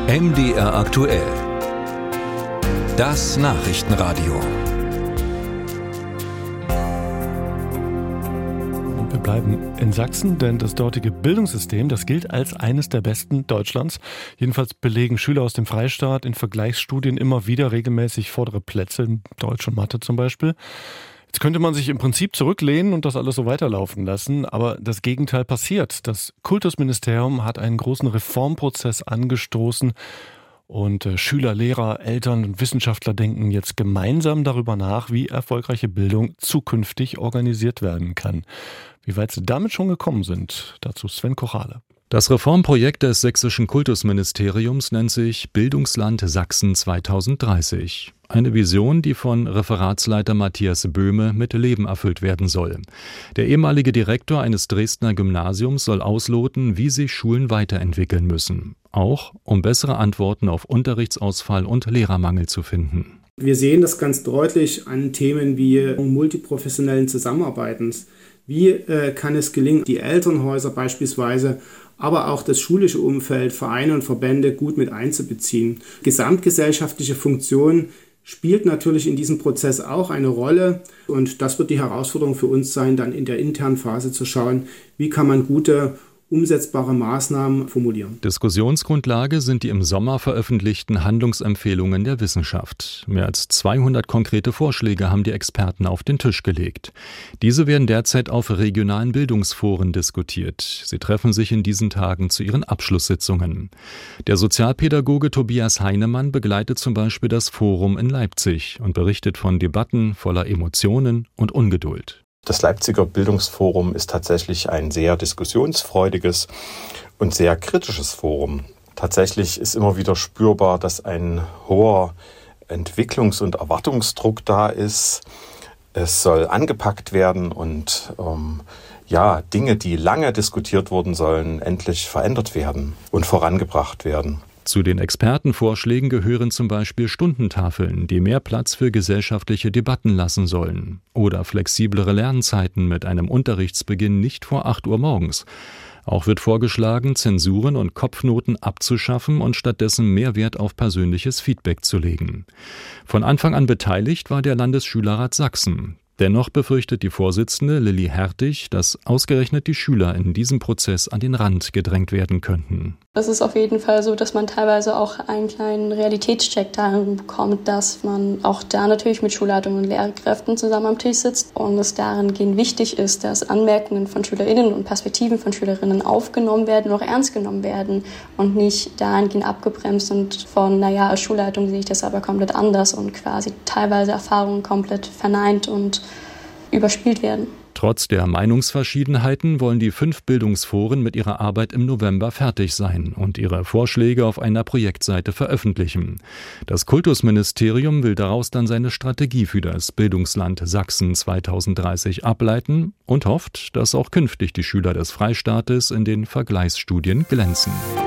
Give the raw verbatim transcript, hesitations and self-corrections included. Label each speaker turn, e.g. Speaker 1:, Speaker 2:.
Speaker 1: M D R aktuell. Das Nachrichtenradio.
Speaker 2: Wir bleiben in Sachsen, denn das dortige Bildungssystem, das gilt als eines der besten Deutschlands. Jedenfalls belegen Schüler aus dem Freistaat in Vergleichsstudien immer wieder regelmäßig vordere Plätze, in Deutsch und Mathe zum Beispiel. Jetzt könnte man sich im Prinzip zurücklehnen und das alles so weiterlaufen lassen, aber das Gegenteil passiert. Das Kultusministerium hat einen großen Reformprozess angestoßen und äh, Schüler, Lehrer, Eltern und Wissenschaftler denken jetzt gemeinsam darüber nach, wie erfolgreiche Bildung zukünftig organisiert werden kann. Wie weit sie damit schon gekommen sind, dazu Sven Kochale.
Speaker 3: Das Reformprojekt des sächsischen Kultusministeriums nennt sich Bildungsland Sachsen zweitausenddreißig. Eine Vision, die von Referatsleiter Matthias Böhme mit Leben erfüllt werden soll. Der ehemalige Direktor eines Dresdner Gymnasiums soll ausloten, wie sich Schulen weiterentwickeln müssen. Auch um bessere Antworten auf Unterrichtsausfall und Lehrermangel zu finden.
Speaker 4: Wir sehen das ganz deutlich an Themen wie multiprofessionellen Zusammenarbeitens. Wie äh, kann es gelingen, die Elternhäuser beispielsweise, aber auch das schulische Umfeld, Vereine und Verbände gut mit einzubeziehen. Gesamtgesellschaftliche Funktion spielt natürlich in diesem Prozess auch eine Rolle und das wird die Herausforderung für uns sein, dann in der internen Phase zu schauen, wie kann man gute umsetzbare Maßnahmen formulieren.
Speaker 3: Diskussionsgrundlage sind die im Sommer veröffentlichten Handlungsempfehlungen der Wissenschaft. Mehr als zweihundert konkrete Vorschläge haben die Experten auf den Tisch gelegt. Diese werden derzeit auf regionalen Bildungsforen diskutiert. Sie treffen sich in diesen Tagen zu ihren Abschlusssitzungen. Der Sozialpädagoge Tobias Heinemann begleitet zum Beispiel das Forum in Leipzig und berichtet von Debatten voller Emotionen und Ungeduld.
Speaker 5: Das Leipziger Bildungsforum ist tatsächlich ein sehr diskussionsfreudiges und sehr kritisches Forum. Tatsächlich ist immer wieder spürbar, dass ein hoher Entwicklungs- und Erwartungsdruck da ist. Es soll angepackt werden und ähm, ja, Dinge, die lange diskutiert wurden, sollen endlich verändert werden und vorangebracht werden.
Speaker 3: Zu den Expertenvorschlägen gehören zum Beispiel Stundentafeln, die mehr Platz für gesellschaftliche Debatten lassen sollen. Oder flexiblere Lernzeiten mit einem Unterrichtsbeginn nicht vor acht Uhr morgens. Auch wird vorgeschlagen, Zensuren und Kopfnoten abzuschaffen und stattdessen mehr Wert auf persönliches Feedback zu legen. Von Anfang an beteiligt war der Landesschülerrat Sachsen. Dennoch befürchtet die Vorsitzende Lilly Hertig, dass ausgerechnet die Schüler in diesem Prozess an den Rand gedrängt werden könnten.
Speaker 6: Es ist auf jeden Fall so, dass man teilweise auch einen kleinen Realitätscheck darin bekommt, dass man auch da natürlich mit Schulleitungen und Lehrkräften zusammen am Tisch sitzt und es dahingehend wichtig ist, dass Anmerkungen von SchülerInnen und Perspektiven von SchülerInnen aufgenommen werden und auch ernst genommen werden und nicht dahingehend abgebremst und von, naja, als Schulleitung sehe ich das aber komplett anders und quasi teilweise Erfahrungen komplett verneint und überspielt werden.
Speaker 3: Trotz der Meinungsverschiedenheiten wollen die fünf Bildungsforen mit ihrer Arbeit im November fertig sein und ihre Vorschläge auf einer Projektseite veröffentlichen. Das Kultusministerium will daraus dann seine Strategie für das Bildungsland Sachsen zweitausenddreißig ableiten und hofft, dass auch künftig die Schüler des Freistaates in den Vergleichsstudien glänzen.